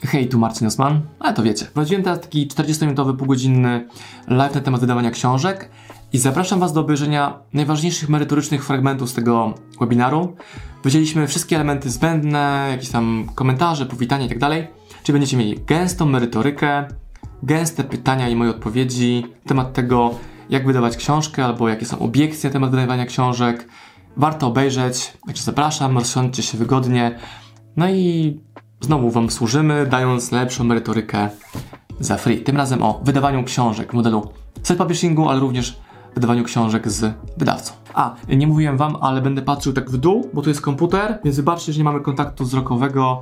Hej, tu Marcin Osman, ale to wiecie. Prowadziłem teraz taki 40-minutowy, półgodzinny live na temat wydawania książek i zapraszam Was do obejrzenia najważniejszych merytorycznych fragmentów z tego webinaru. Wydzieliliśmy wszystkie elementy zbędne, jakieś tam komentarze, powitania i tak dalej. Czyli będziecie mieli gęstą merytorykę, gęste pytania i moje odpowiedzi na temat tego, jak wydawać książkę albo jakie są obiekcje na temat wydawania książek. Warto obejrzeć, także zapraszam, rozsiądźcie się wygodnie. No i znowu Wam służymy, dając lepszą merytorykę za free. Tym razem o wydawaniu książek w modelu self-publishingu, ale również wydawaniu książek z wydawcą. Nie mówiłem Wam, ale będę patrzył tak w dół, bo tu jest komputer, więc wybaczcie, że nie mamy kontaktu wzrokowego,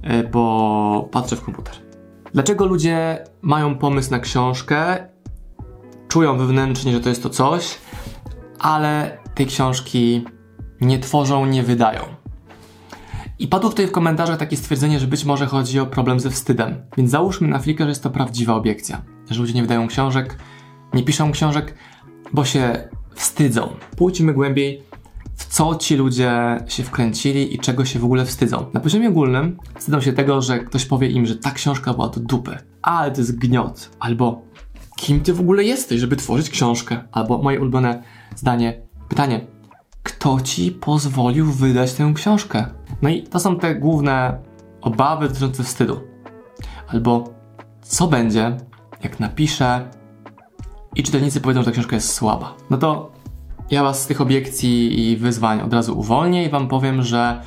bo patrzę w komputer. Dlaczego ludzie mają pomysł na książkę, czują wewnętrznie, że to jest to coś, ale tej książki nie tworzą, nie wydają? I padło tutaj w komentarzach takie stwierdzenie, że być może chodzi o problem ze wstydem. Więc załóżmy na chwilkę, że jest to prawdziwa obiekcja. Że ludzie nie wydają książek, nie piszą książek, bo się wstydzą. Pójdźmy głębiej, w co ci ludzie się wkręcili i czego się w ogóle wstydzą. Na poziomie ogólnym wstydzą się tego, że ktoś powie im, że ta książka była do dupy. Ale to jest gniot. Albo kim ty w ogóle jesteś, żeby tworzyć książkę? Albo moje ulubione zdanie, pytanie, kto ci pozwolił wydać tę książkę? No i to są te główne obawy dotyczące wstydu. Albo co będzie, jak napiszę i czytelnicy powiedzą, że ta książka jest słaba. No to ja Was z tych obiekcji i wyzwań od razu uwolnię i Wam powiem, że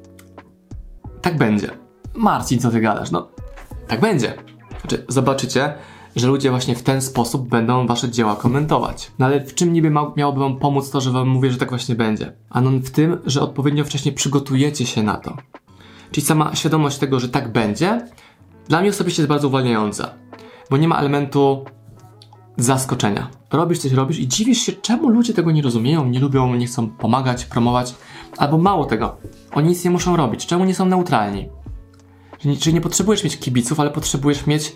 tak będzie. Marcin, co ty gadasz? No, tak będzie. Znaczy, zobaczycie, że ludzie właśnie w ten sposób będą Wasze dzieła komentować. No ale w czym niby miałoby Wam pomóc to, że Wam mówię, że tak właśnie będzie? Ano w tym, że odpowiednio wcześnie przygotujecie się na to. Czyli sama świadomość tego, że tak będzie, dla mnie osobiście jest bardzo uwalniająca. Bo nie ma elementu zaskoczenia. Robisz coś, robisz i dziwisz się, czemu ludzie tego nie rozumieją, nie lubią, nie chcą pomagać, promować. Albo mało tego, oni nic nie muszą robić. Czemu nie są neutralni? Czyli nie potrzebujesz mieć kibiców, ale potrzebujesz mieć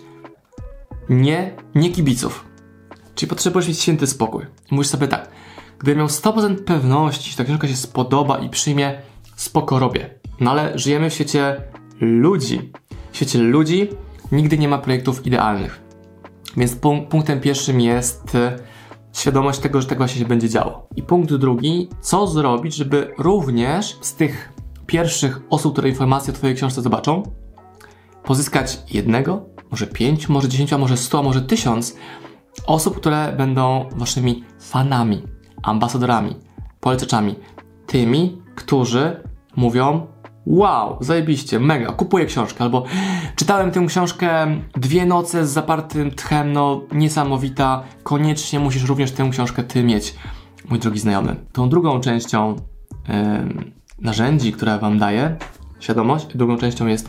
nie kibiców. Czyli potrzebujesz mieć święty spokój. I mówisz sobie tak, gdybym miał 100% pewności, że ta książka się spodoba i przyjmie, spoko robię. No ale żyjemy w świecie ludzi. W świecie ludzi nigdy nie ma projektów idealnych. Więc punktem pierwszym jest świadomość tego, że tak właśnie się będzie działo. I punkt drugi, co zrobić, żeby również z tych pierwszych osób, które informacje o Twojej książce zobaczą, pozyskać jednego, może 5, może 10, a może 100, a może 1000 osób, które będą Waszymi fanami, ambasadorami, polecaczami. Tymi, którzy mówią, wow, zajebiście, mega, kupuję książkę, albo czytałem tę książkę 2 noce z zapartym tchem, no niesamowita, koniecznie musisz również tę książkę Ty mieć, mój drogi znajomy. Tą drugą częścią narzędzi, które Wam daję, świadomość, drugą częścią jest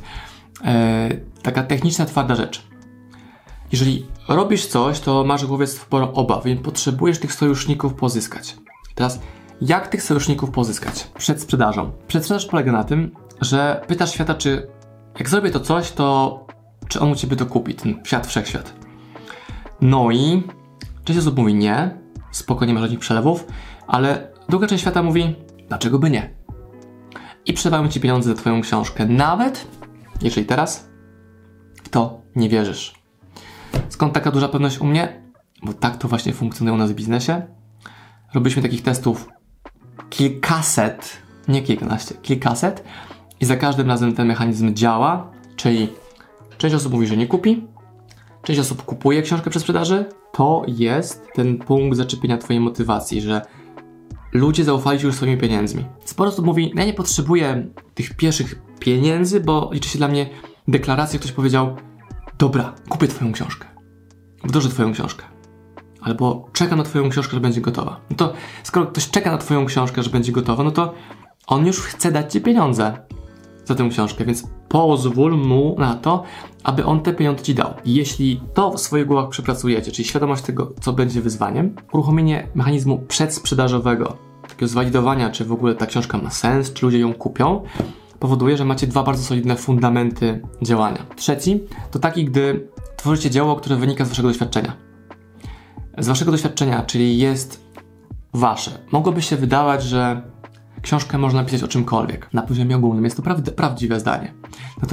taka techniczna, twarda rzecz. Jeżeli robisz coś, to masz w głowie sporo obaw, więc potrzebujesz tych sojuszników pozyskać. Teraz, jak tych sojuszników pozyskać? Przedsprzedażą. Przedsprzedaż polega na tym, że pytasz świata, czy jak zrobię to coś, to czy on u Ciebie to kupi, ten świat, wszechświat. No i część osób mówi nie, spoko, nie ma żadnych przelewów, ale druga część świata mówi, dlaczego by nie? I przelewają Ci pieniądze za Twoją książkę, nawet jeżeli teraz w to nie wierzysz. Skąd taka duża pewność u mnie? Bo tak to właśnie funkcjonuje u nas w biznesie. Robiliśmy takich testów kilkaset, nie kilkanaście, kilkaset i za każdym razem ten mechanizm działa, czyli część osób mówi, że nie kupi, część osób kupuje książkę przez sprzedaży. To jest ten punkt zaczepienia Twojej motywacji, że ludzie zaufali Ci już swoimi pieniędzmi. Sporo osób mówi, ja nie potrzebuję tych pierwszych pieniędzy, bo liczy się dla mnie deklaracja, ktoś powiedział, dobra, kupię Twoją książkę, wdrożę Twoją książkę. Albo czeka na Twoją książkę, że będzie gotowa. No to skoro ktoś czeka na Twoją książkę, że będzie gotowa, no to on już chce dać Ci pieniądze za tę książkę, więc pozwól mu na to, aby on te pieniądze Ci dał. Jeśli to w swoich głowach przepracujecie, czyli świadomość tego, co będzie wyzwaniem, uruchomienie mechanizmu przedsprzedażowego, takiego zwalidowania, czy w ogóle ta książka ma sens, czy ludzie ją kupią, powoduje, że macie 2 bardzo solidne fundamenty działania. Trzeci to taki, gdy tworzycie dzieło, które wynika z Waszego doświadczenia. Z Waszego doświadczenia, czyli jest Wasze. Mogłoby się wydawać, że książkę można napisać o czymkolwiek. Na poziomie ogólnym jest to prawdziwe zdanie. Natomiast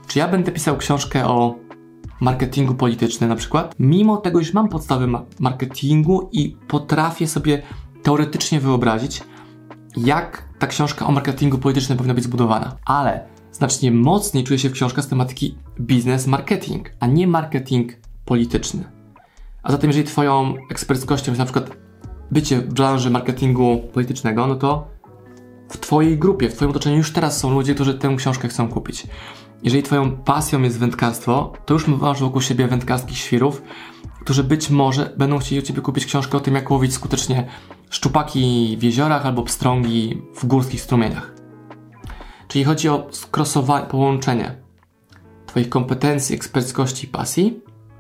Czy ja będę pisał książkę o marketingu politycznym na przykład? Mimo tego, iż mam podstawy marketingu i potrafię sobie teoretycznie wyobrazić, jak ta książka o marketingu politycznym powinna być zbudowana. Ale znacznie mocniej czuję się w książkach z tematyki biznes marketing, a nie marketing polityczny. A zatem jeżeli twoją eksperckością jest na przykład bycie w branży marketingu politycznego, no to w twojej grupie, w twoim otoczeniu już teraz są ludzie, którzy tę książkę chcą kupić. Jeżeli twoją pasją jest wędkarstwo, to już masz wokół siebie wędkarskich świrów, którzy być może będą chcieli u ciebie kupić książkę o tym, jak łowić skutecznie szczupaki w jeziorach albo pstrągi w górskich strumieniach. Czyli chodzi o skrosowanie, połączenie twoich kompetencji, eksperckości i pasji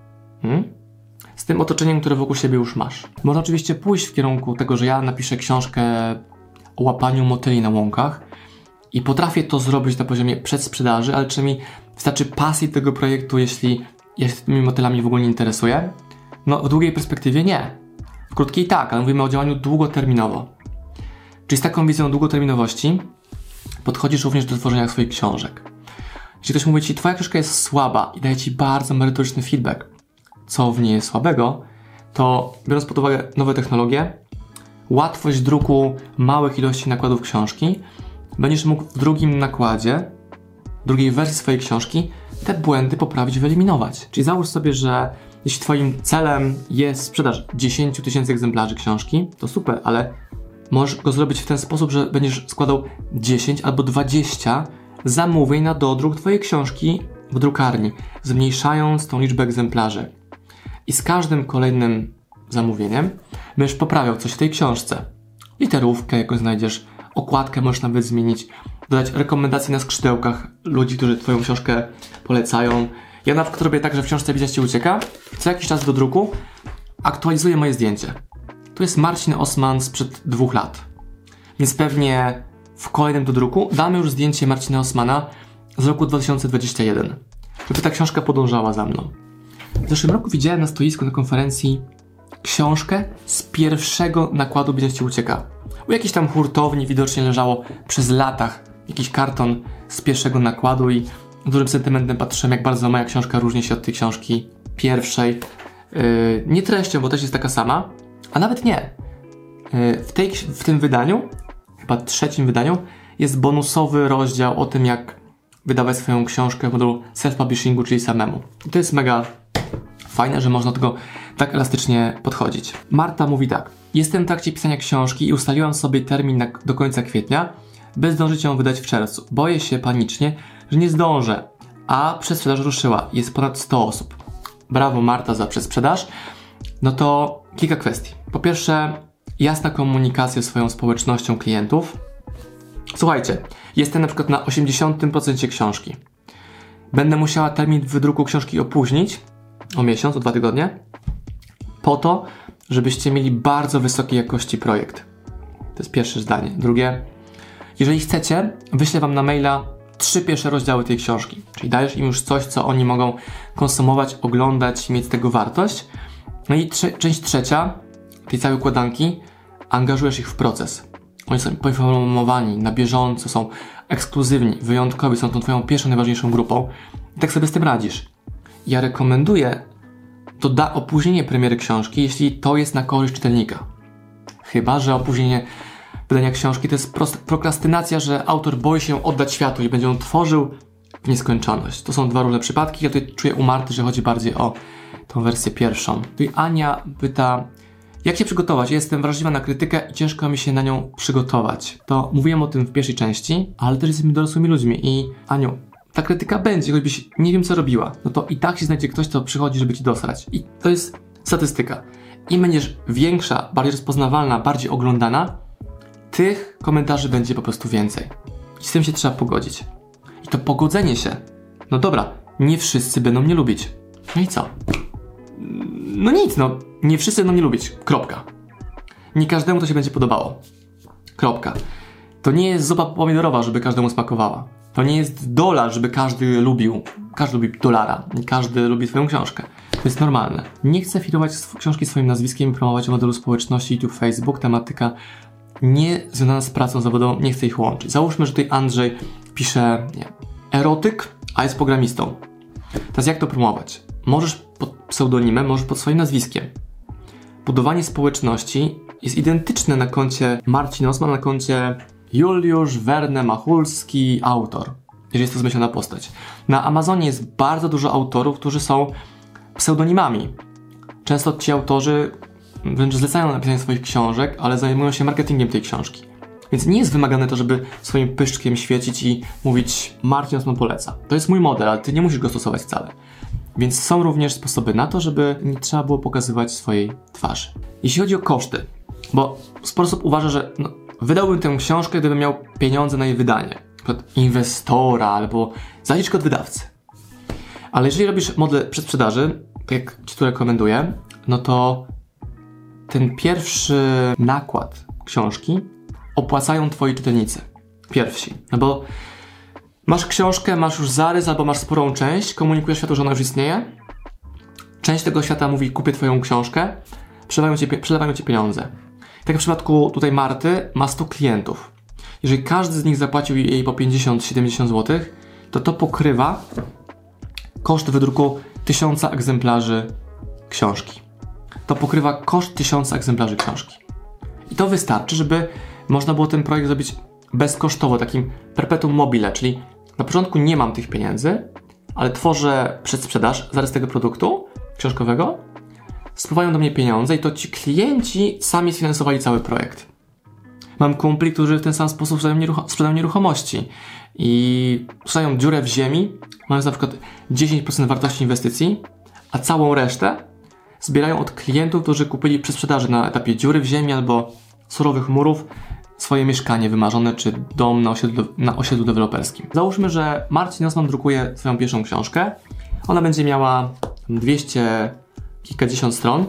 z tym otoczeniem, które wokół siebie już masz. Można oczywiście pójść w kierunku tego, że ja napiszę książkę o łapaniu motyli na łąkach i potrafię to zrobić na poziomie przedsprzedaży, ale czy mi wystarczy pasji tego projektu, jeśli ja się tymi motylami w ogóle nie interesuję? No w długiej perspektywie nie. W krótkiej tak, ale mówimy o działaniu długoterminowo. Czyli z taką wizją długoterminowości podchodzisz również do tworzenia swoich książek. Jeśli ktoś mówi ci, twoja książka jest słaba i daje ci bardzo merytoryczny feedback, co w niej jest słabego, to biorąc pod uwagę nowe technologie, łatwość druku małych ilości nakładów książki, będziesz mógł w drugim nakładzie, drugiej wersji swojej książki te błędy poprawić, wyeliminować. Czyli załóż sobie, że jeśli twoim celem jest sprzedaż 10 000 egzemplarzy książki, to super, ale możesz go zrobić w ten sposób, że będziesz składał 10 albo 20 zamówień na dodruk twojej książki w drukarni, zmniejszając tą liczbę egzemplarzy. I z każdym kolejnym zamówieniem będziesz poprawiał coś w tej książce. Literówkę jakąś znajdziesz, okładkę możesz nawet zmienić, dodać rekomendacje na skrzydełkach ludzi, którzy twoją książkę polecają. Ja na przykład robię tak, że w książce Biznes Ci ucieka, co jakiś czas do druku aktualizuję moje zdjęcie. Tu jest Marcin Osman sprzed 2 lat. Więc pewnie w kolejnym do druku damy już zdjęcie Marcina Osmana z roku 2021, żeby ta książka podążała za mną. W zeszłym roku widziałem na stoisku na konferencji książkę z pierwszego nakładu Biznes Ci ucieka. U jakiejś tam hurtowni widocznie leżało przez latach jakiś karton z pierwszego nakładu i z dużym sentymentem patrzyłem, jak bardzo moja książka różni się od tej książki pierwszej. Nie treścią, bo też jest taka sama, a nawet nie. W tym wydaniu, chyba 3. wydaniu, jest bonusowy rozdział o tym, jak wydawać swoją książkę w modelu self-publishingu, czyli samemu. I to jest mega fajne, że można do tego tak elastycznie podchodzić. Marta mówi tak. Jestem w trakcie pisania książki i ustaliłam sobie termin do końca kwietnia, by zdążyć ją wydać w czerwcu. Boję się panicznie, że nie zdążę, a przedsprzedaż ruszyła. Jest ponad 100 osób. Brawo Marta za przedsprzedaż. No to kilka kwestii. Po pierwsze, jasna komunikacja z swoją społecznością klientów. Słuchajcie, jestem na przykład na 80% książki. Będę musiała termin wydruku książki opóźnić o miesiąc, o 2 tygodnie, po to, żebyście mieli bardzo wysokiej jakości projekt. To jest pierwsze zdanie. Drugie, jeżeli chcecie, wyślę wam na maila 3 pierwsze rozdziały tej książki. Czyli dajesz im już coś, co oni mogą konsumować, oglądać i mieć z tego wartość. No i część trzecia tej całej układanki, angażujesz ich w proces. Oni są poinformowani na bieżąco, są ekskluzywni, wyjątkowi, są tą twoją pierwszą, najważniejszą grupą. I tak sobie z tym radzisz. Ja rekomenduję opóźnienie premiery książki, jeśli to jest na korzyść czytelnika. Chyba że opóźnienie wydania książki to jest prokrastynacja, że autor boi się oddać światu i będzie ją tworzył w nieskończoność. To są 2 różne przypadki. Ja tutaj czuję u Marty, że chodzi bardziej o tą wersję pierwszą. Tutaj Ania pyta, jak się przygotować? Ja jestem wrażliwa na krytykę i ciężko mi się na nią przygotować. To mówiłem o tym w pierwszej części, ale też jesteśmy dorosłymi ludźmi i Aniu, ta krytyka będzie, choćbyś nie wiem co robiła, no to i tak się znajdzie ktoś, kto przychodzi, żeby ci dosrać. I to jest statystyka. Im będziesz większa, bardziej rozpoznawalna, bardziej oglądana, tych komentarzy będzie po prostu więcej. I z tym się trzeba pogodzić. I to pogodzenie się, no dobra, nie wszyscy będą mnie lubić. No i co? No nic, no, nie wszyscy będą mnie lubić. Kropka. Nie każdemu to się będzie podobało. Kropka. To nie jest zupa pomidorowa, żeby każdemu smakowała. To nie jest dolar, żeby każdy lubił. Każdy lubi dolara. Nie każdy lubi swoją książkę. To jest normalne. Nie chcę filmować książki swoim nazwiskiem i promować o modelu społeczności YouTube, Facebook. Tematyka nie związana z pracą zawodową. Nie chcę ich łączyć. Załóżmy, że tutaj Andrzej pisze, nie, erotyk a jest programistą. Teraz jak to promować? Możesz pod pseudonimem, możesz pod swoim nazwiskiem. Budowanie społeczności jest identyczne na koncie Marcin Osman, na koncie Juliusz Werne Machulski, autor, jeżeli jest to zmyślona postać. Na Amazonie jest bardzo dużo autorów, którzy są pseudonimami. Często ci autorzy wręcz zlecają napisanie swoich książek, ale zajmują się marketingiem tej książki. Więc nie jest wymagane to, żeby swoim pyszczkiem świecić i mówić Marcin Osman poleca. To jest mój model, ale ty nie musisz go stosować wcale. Więc są również sposoby na to, żeby nie trzeba było pokazywać swojej twarzy. Jeśli chodzi o koszty, bo sporo osób uważa, że wydałbym tę książkę, gdybym miał pieniądze na jej wydanie. Na przykład inwestora albo zaliczkę od wydawcy. Ale jeżeli robisz model przedsprzedaży, tak jak ci tu rekomenduję, no to ten pierwszy nakład książki opłacają twoi czytelnicy. Pierwsi. No bo masz książkę, masz już zarys albo masz sporą część, komunikujesz światu, że ona już istnieje. Część tego świata mówi, kupię twoją książkę, przelewają ci pieniądze. Tak jak w przypadku tutaj Marty, ma 100 klientów. Jeżeli każdy z nich zapłacił jej po 50-70 zł, to pokrywa koszt wydruku 1000 egzemplarzy książki. To pokrywa koszt 1000 egzemplarzy książki. I to wystarczy, żeby można było ten projekt zrobić bezkosztowo, takim perpetuum mobile, czyli na początku nie mam tych pieniędzy, ale tworzę przedsprzedaż, zarys tego produktu książkowego, spływają do mnie pieniądze i to ci klienci sami sfinansowali cały projekt. Mam kumpli, którzy w ten sam sposób sprzedają nieruchomości i sprzedają dziurę w ziemi, mając na przykład 10% wartości inwestycji, a całą resztę zbierają od klientów, którzy kupili przy sprzedaży na etapie dziury w ziemi albo surowych murów swoje mieszkanie wymarzone, czy dom na osiedlu deweloperskim. Załóżmy, że Marcin Osman drukuje swoją pierwszą książkę. Ona będzie miała 200 kilkadziesiąt stron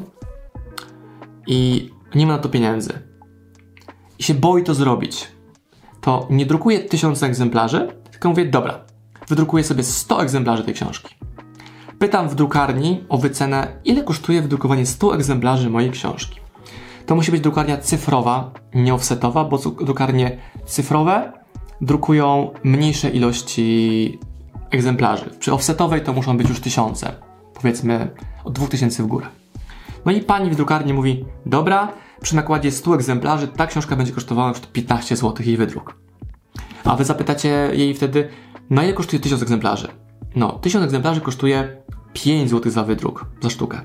i nie ma na to pieniędzy. I się boi to zrobić. To nie drukuje 1000 egzemplarzy, tylko mówię, dobra, wydrukuję sobie 100 egzemplarzy tej książki. Pytam w drukarni o wycenę, ile kosztuje wydrukowanie 100 egzemplarzy mojej książki. To musi być drukarnia cyfrowa, nie offsetowa, bo drukarnie cyfrowe drukują mniejsze ilości egzemplarzy. Przy offsetowej to muszą być już 1000, powiedzmy od 2000 w górę. No i pani w drukarni mówi, dobra, przy nakładzie 100 egzemplarzy ta książka będzie kosztowała już 15 zł jej wydruk. A wy zapytacie jej wtedy, na ile kosztuje 1000 egzemplarzy? No, 1000 egzemplarzy kosztuje 5 zł za wydruk, za sztukę.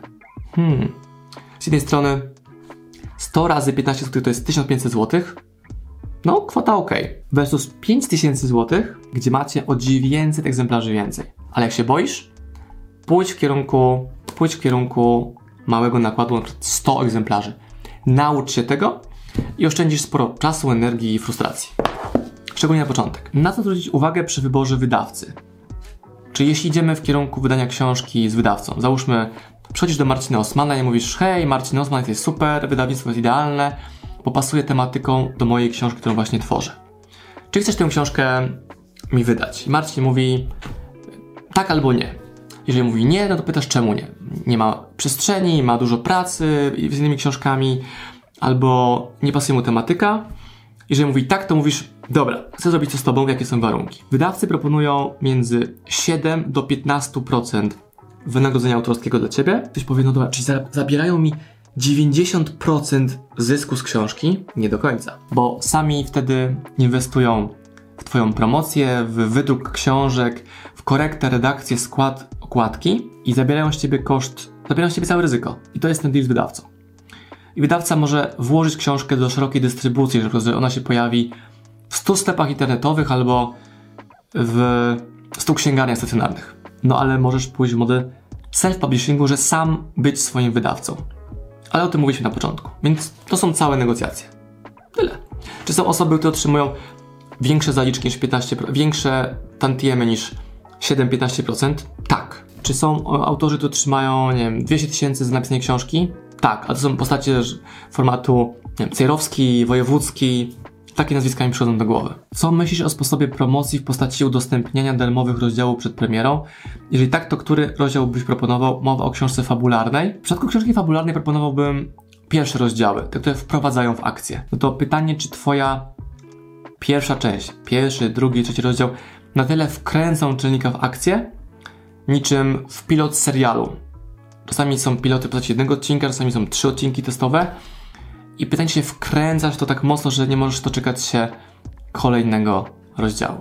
Z jednej strony 100 razy 15 zł to jest 1500 zł. No, kwota ok. Versus 5000 zł, gdzie macie o 900 egzemplarzy więcej. Ale jak się boisz, pójdź w kierunku małego nakładu, na przykład 100 egzemplarzy. Naucz się tego i oszczędzisz sporo czasu, energii i frustracji. Szczególnie na początek. Na co zwrócić uwagę przy wyborze wydawcy? Czy jeśli idziemy w kierunku wydania książki z wydawcą, załóżmy, przychodzisz do Marcina Osmana i mówisz, hej, Marcin Osman jest super, wydawnictwo jest idealne, bo pasuje tematyką do mojej książki, którą właśnie tworzę. Czy chcesz tę książkę mi wydać? I Marcin mówi, tak albo nie. Jeżeli mówi nie, no to pytasz, czemu nie? Nie ma przestrzeni, ma dużo pracy z innymi książkami, albo nie pasuje mu tematyka. Jeżeli mówi tak, to mówisz, dobra, chcę zrobić to z tobą, jakie są warunki. Wydawcy proponują między 7 do 15% wynagrodzenia autorskiego dla ciebie. Ktoś powie, no dobra, czyli zabierają mi 90% zysku z książki? Nie do końca, bo sami wtedy inwestują w twoją promocję, w wydruk książek, w korektę, redakcję, skład, okładki i zabierają z ciebie całe ryzyko. I to jest ten deal z wydawcą. I wydawca może włożyć książkę do szerokiej dystrybucji, że ona się pojawi w 100 sklepach internetowych albo w 100 księgarniach stacjonarnych. No ale możesz pójść w model self-publishingu, że sam być swoim wydawcą. Ale o tym mówiliśmy na początku. Więc to są całe negocjacje. Tyle. Czy są osoby, które otrzymują większe zaliczki niż 15%, większe tantiemy niż 7-15%? Tak. Czy są autorzy, którzy otrzymają, nie wiem, 200 000 za napisanie książki? Tak, ale to są postacie formatu, nie wiem, Cejrowski, Wojewódzki. Takie nazwiska mi przychodzą do głowy. Co myślisz o sposobie promocji w postaci udostępniania darmowych rozdziałów przed premierą? Jeżeli tak, to który rozdział byś proponował? Mowa o książce fabularnej. W przypadku książki fabularnej proponowałbym pierwsze rozdziały, te, które wprowadzają w akcję. No to pytanie, czy twoja pierwsza część, pierwszy, drugi, trzeci rozdział na tyle wkręcą czytelnika w akcję, niczym w pilot serialu. Czasami są piloty w postaci jednego odcinka, czasami są 3 odcinki testowe i pytanie się wkręcasz to tak mocno, że nie możesz doczekać się kolejnego rozdziału.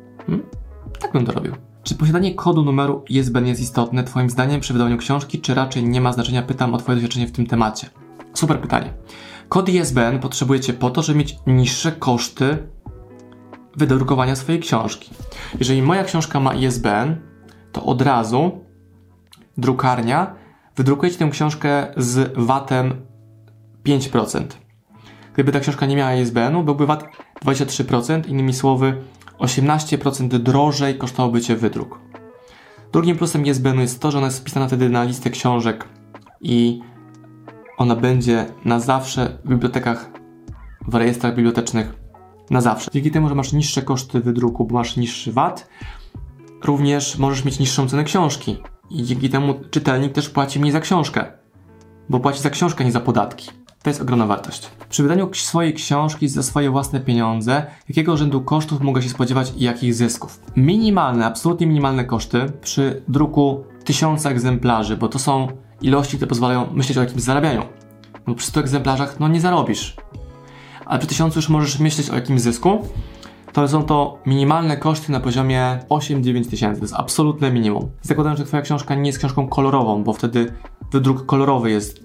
Tak bym to robił. Czy posiadanie kodu numeru ISBN jest istotne Twoim zdaniem przy wydawaniu książki, czy raczej nie ma znaczenia? Pytam o Twoje doświadczenie w tym temacie. Super pytanie. Kod ISBN potrzebujecie po to, żeby mieć niższe koszty wydrukowania swojej książki. Jeżeli moja książka ma ISBN, to od razu drukarnia wydrukuje Ci tę książkę z VAT-em 5%. Gdyby ta książka nie miała ISBN-u, byłby VAT 23%, innymi słowy 18% drożej kosztowałby Cię wydruk. Drugim plusem ISBN-u jest to, że ona jest wpisana wtedy na listę książek i ona będzie na zawsze w bibliotekach, w rejestrach bibliotecznych na zawsze. Dzięki temu, że masz niższe koszty wydruku, bo masz niższy VAT, również możesz mieć niższą cenę książki i dzięki temu czytelnik też płaci mniej za książkę, bo płaci za książkę, nie za podatki. To jest ogromna wartość. Przy wydaniu swojej książki za swoje własne pieniądze, jakiego rzędu kosztów mogę się spodziewać i jakich zysków? Minimalne, absolutnie minimalne koszty przy druku 1000 egzemplarzy, bo to są ilości, które pozwalają myśleć o jakimś zarabianiu. No przy 100 egzemplarzach nie zarobisz. Ale przy 1000 już możesz myśleć o jakimś zysku. To są to minimalne koszty na poziomie 8-9 tysięcy. To jest absolutne minimum. Zakładam, że Twoja książka nie jest książką kolorową, bo wtedy wydruk kolorowy jest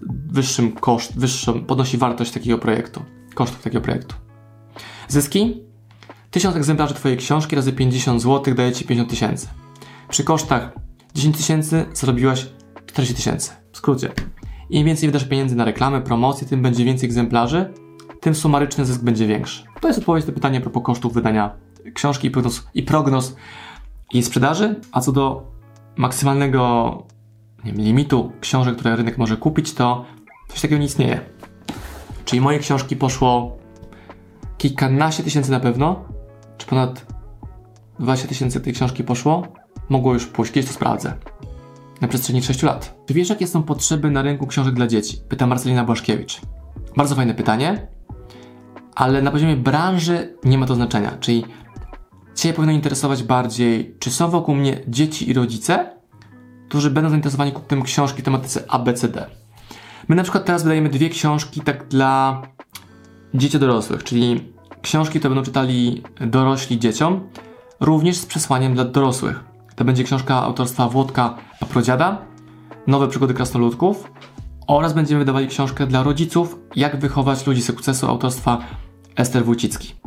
podnosi wartość takiego projektu. Kosztów takiego projektu. Zyski? 1000 egzemplarzy Twojej książki razy 50 zł daje Ci 50 tysięcy. Przy kosztach 10 tysięcy zarobiłaś 40 tysięcy. W skrócie. Im więcej wydasz pieniędzy na reklamę, promocję, tym będzie więcej egzemplarzy, tym sumaryczny zysk będzie większy. To jest odpowiedź na pytanie a propos kosztów wydania książki i prognoz jej sprzedaży. A co do maksymalnego limitu książek, które rynek może kupić, to coś takiego nie istnieje. Czyli moje książki poszło kilkanaście tysięcy na pewno, czy ponad 20 tysięcy tej książki poszło. Mogło już pójść, kiedyś to sprawdzę. Na przestrzeni 6 lat. Czy wiesz, jakie są potrzeby na rynku książek dla dzieci? Pyta Marcelina Błaszkiewicz. Bardzo fajne pytanie, ale na poziomie branży nie ma to znaczenia. Czyli Cię powinno interesować bardziej, czy są wokół mnie dzieci i rodzice, którzy będą zainteresowani kupnem książki w tematyce ABCD. My na przykład teraz wydajemy 2 książki tak dla dzieci dorosłych, czyli książki, które będą czytali dorośli dzieciom, również z przesłaniem dla dorosłych. To będzie książka autorstwa Włodka Paprodziada, Nowe przygody krasnoludków, oraz będziemy wydawali książkę dla rodziców, Jak wychować ludzi sukcesu, autorstwa Ester Wójcicki.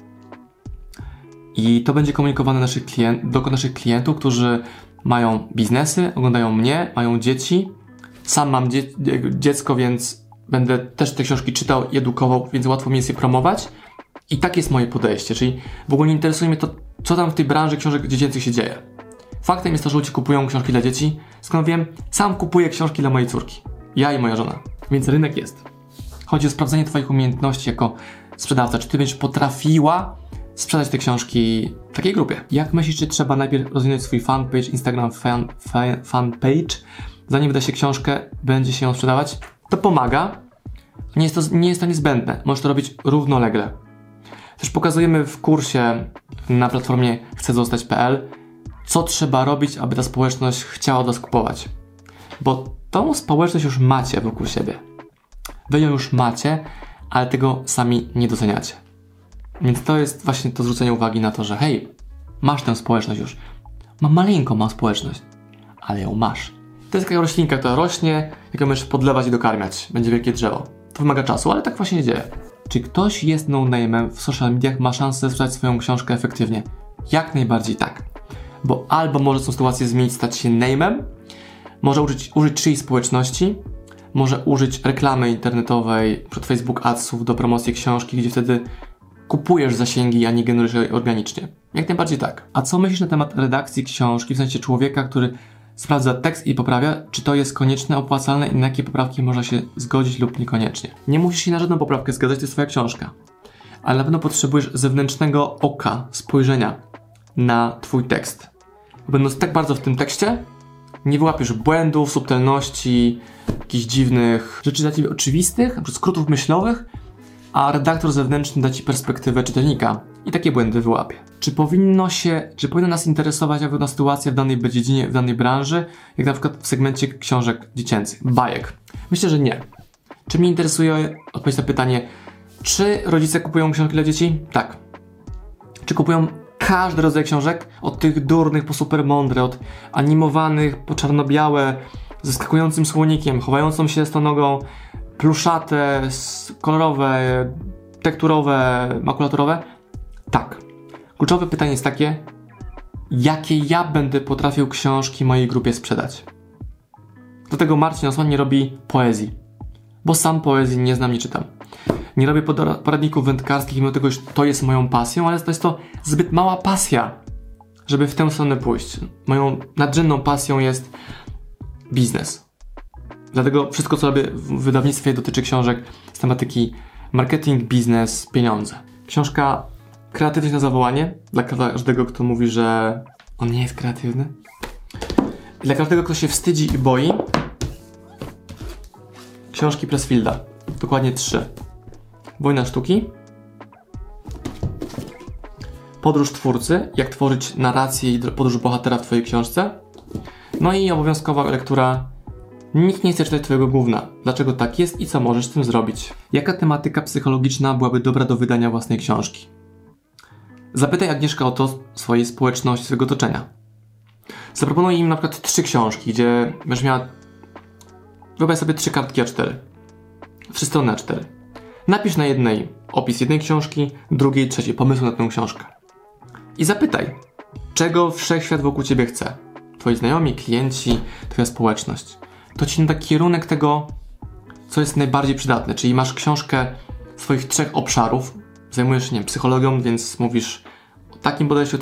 I to będzie komunikowane do naszych klientów, którzy mają biznesy, oglądają mnie, mają dzieci. Sam mam dziecko, więc będę też te książki czytał i edukował, więc łatwo mi jest je promować. I tak jest moje podejście, czyli w ogóle nie interesuje mnie to, co tam w tej branży książek dziecięcych się dzieje. Faktem jest to, że ludzie kupują książki dla dzieci. Skąd wiem? Sam kupuję książki dla mojej córki. Ja i moja żona. Więc rynek jest. Chodzi o sprawdzenie Twoich umiejętności jako sprzedawca. Czy Ty będziesz potrafiła sprzedać te książki takiej grupie? Jak myślisz, czy trzeba najpierw rozwinąć swój fanpage, Instagram fanpage, zanim wyda się książkę, będzie się ją sprzedawać? To pomaga. Nie jest to niezbędne. Możesz to robić równolegle. Też pokazujemy w kursie na platformie chcezostać.pl, co trzeba robić, aby ta społeczność chciała od Was kupować. Bo tą społeczność już macie wokół siebie. Wy ją już macie, ale tego sami nie doceniacie. Więc to jest właśnie to zwrócenie uwagi na to, że hej, masz tę społeczność już. Maleńką społeczność, ale ją masz. To jest taka roślinka, która rośnie, jaką możesz podlewać i dokarmiać. Będzie wielkie drzewo. To wymaga czasu, ale tak właśnie się dzieje. Czy ktoś jest no-name'em w social mediach, ma szansę sprzedać swoją książkę efektywnie? Jak najbardziej tak. Bo albo może tą sytuację zmienić, stać się name'em, może użyć czyjejś społeczności, może użyć reklamy internetowej, przed Facebook Adsów do promocji książki, gdzie wtedy kupujesz zasięgi, a nie generujesz je organicznie. Jak najbardziej tak. A co myślisz na temat redakcji książki, w sensie człowieka, który sprawdza tekst i poprawia, czy to jest konieczne, opłacalne i na jakie poprawki można się zgodzić lub niekoniecznie? Nie musisz się na żadną poprawkę zgadzać, to jest Twoja książka. Ale na pewno potrzebujesz zewnętrznego oka, spojrzenia na Twój tekst. Będąc tak bardzo w tym tekście, nie wyłapiesz błędów, subtelności, jakichś dziwnych rzeczy dla Ciebie oczywistych, na przykład skrótów myślowych, a redaktor zewnętrzny da Ci perspektywę czytelnika i takie błędy wyłapie. Czy powinna nas interesować, jak wygląda sytuacja w danej dziedzinie, w danej branży, jak na przykład w segmencie książek dziecięcych, bajek? Myślę, że nie. Czy mnie interesuje odpowiedź na pytanie, czy rodzice kupują książki dla dzieci? Tak. Czy kupują każdy rodzaj książek? Od tych durnych po super mądre, od animowanych po czarno-białe, ze skakującym słonikiem, chowającą się stonogą, pluszate, kolorowe, tekturowe, makulaturowe? Tak. Kluczowe pytanie jest takie, jakie ja będę potrafił książki mojej grupie sprzedać? Do tego Marcin Osman nie robi poezji, bo sam poezji nie znam, nie czytam. Nie robię poradników wędkarskich, mimo tego, że to jest moją pasją, ale to jest to zbyt mała pasja, żeby w tę stronę pójść. Moją nadrzędną pasją jest biznes. Dlatego wszystko, co robię w wydawnictwie, dotyczy książek z tematyki marketing, biznes, pieniądze. Książka Kreatywność na zawołanie, dla każdego, kto mówi, że on nie jest kreatywny. Dla każdego, kto się wstydzi i boi. Książki Pressfielda. Dokładnie 3. Wojna sztuki. Podróż twórcy. Jak tworzyć narrację i podróż bohatera w twojej książce. No i obowiązkowa lektura Nikt nie chce czytać twojego gówna. Dlaczego tak jest i co możesz z tym zrobić? Jaka tematyka psychologiczna byłaby dobra do wydania własnej książki? Zapytaj Agnieszkę o to swojej społeczności, swojego otoczenia. Zaproponuj im na przykład 3 książki, gdzie będziesz miała... Wyobraź sobie 3 kartki A4. 3 strony A4. Napisz na jednej opis jednej książki, drugiej, trzeciej pomysł na tę książkę. I zapytaj, czego wszechświat wokół ciebie chce. Twoi znajomi, klienci, twoja społeczność. To ci da kierunek tego, co jest najbardziej przydatne. Czyli masz książkę swoich 3 obszarów, zajmujesz się, nie wiem, psychologią, więc mówisz o takim podejściu,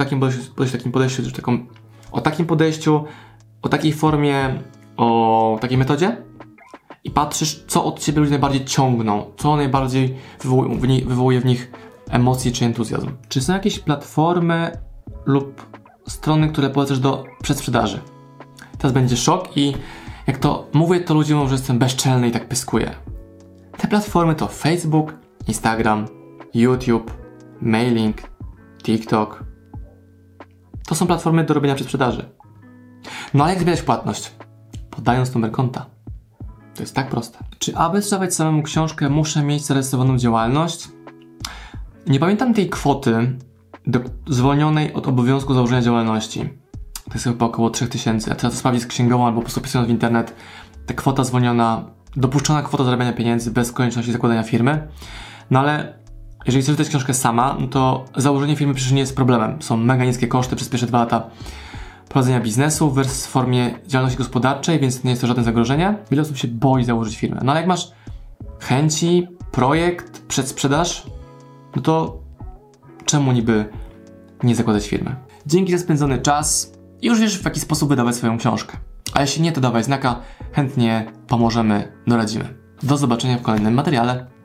o takiej formie, o takiej metodzie i patrzysz, co od ciebie ludzie najbardziej ciągną, co najbardziej wywołuje w nich emocje czy entuzjazm. Czy są jakieś platformy lub strony, które polecasz do przedsprzedaży? Teraz będzie szok i jak to mówię, to ludzie mówią, że jestem bezczelny i tak pyskuję. Te platformy to Facebook, Instagram, YouTube, Mailing, TikTok. To są platformy do robienia przedsprzedaży. No ale jak zbierać płatność? Podając numer konta. To jest tak proste. Czy aby sprzedawać samemu książkę, muszę mieć zarejestrowaną działalność? Nie pamiętam tej kwoty zwolnionej od obowiązku założenia działalności. To jest chyba około 3000. A teraz to sprawdzić z księgową albo po prostu pisząc w internet. Ta kwota zwolniona, dopuszczona kwota zarabiania pieniędzy bez konieczności zakładania firmy. No ale jeżeli chcesz wydać książkę sama, no to założenie firmy przecież nie jest problemem. Są mega niskie koszty przez pierwsze 2 lata prowadzenia biznesu w formie działalności gospodarczej, więc nie jest to żadne zagrożenie. Wiele osób się boi założyć firmę. No ale jak masz chęci, projekt, przedsprzedaż, no to czemu niby nie zakładać firmy? Dzięki za spędzony czas. Już wiesz, w jaki sposób wydawać swoją książkę. A jeśli nie, to dawaj znaka. Chętnie pomożemy, doradzimy. Do zobaczenia w kolejnym materiale.